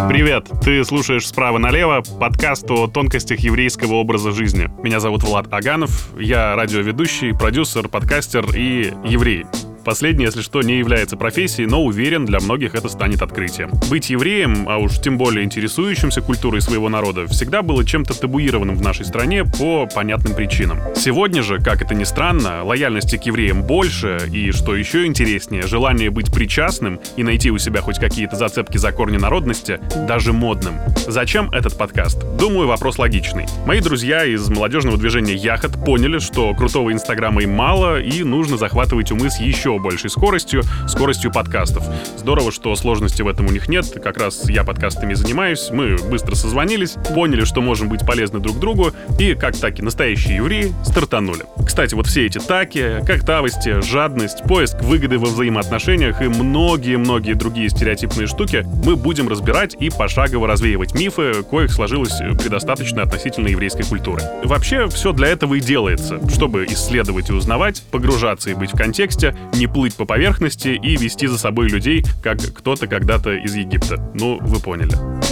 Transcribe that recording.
Привет! Ты слушаешь «Справа налево» подкаст о тонкостях еврейского образа жизни. Меня зовут Влад Аганов, я радиоведущий, продюсер, подкастер и еврей. Последнее, если что, не является профессией, но уверен, для многих это станет открытием. Быть евреем, а уж тем более интересующимся культурой своего народа, всегда было чем-то табуированным в нашей стране по понятным причинам. Сегодня же, как это ни странно, лояльности к евреям больше, и, что еще интереснее, желание быть причастным и найти у себя хоть какие-то зацепки за корни народности даже модным. Зачем этот подкаст? Думаю, вопрос логичный. Мои друзья из молодежного движения «Яхот» поняли, что крутого инстаграма им мало, и нужно захватывать умы с еще большей скоростью подкастов. Здорово, что сложности в этом у них нет, как раз я подкастами занимаюсь, мы быстро созвонились, поняли, что можем быть полезны друг другу, и, как таки настоящие евреи, стартанули. Кстати, вот все эти таки, коктавости, жадность, поиск выгоды во взаимоотношениях и многие-многие другие стереотипные штуки мы будем разбирать и пошагово развеивать мифы, коих сложилось предостаточно относительно еврейской культуры. Вообще, все для этого и делается, чтобы исследовать и узнавать, погружаться и быть в контексте, не плыть по поверхности и вести за собой людей, как кто-то когда-то из Египта. Ну, вы поняли.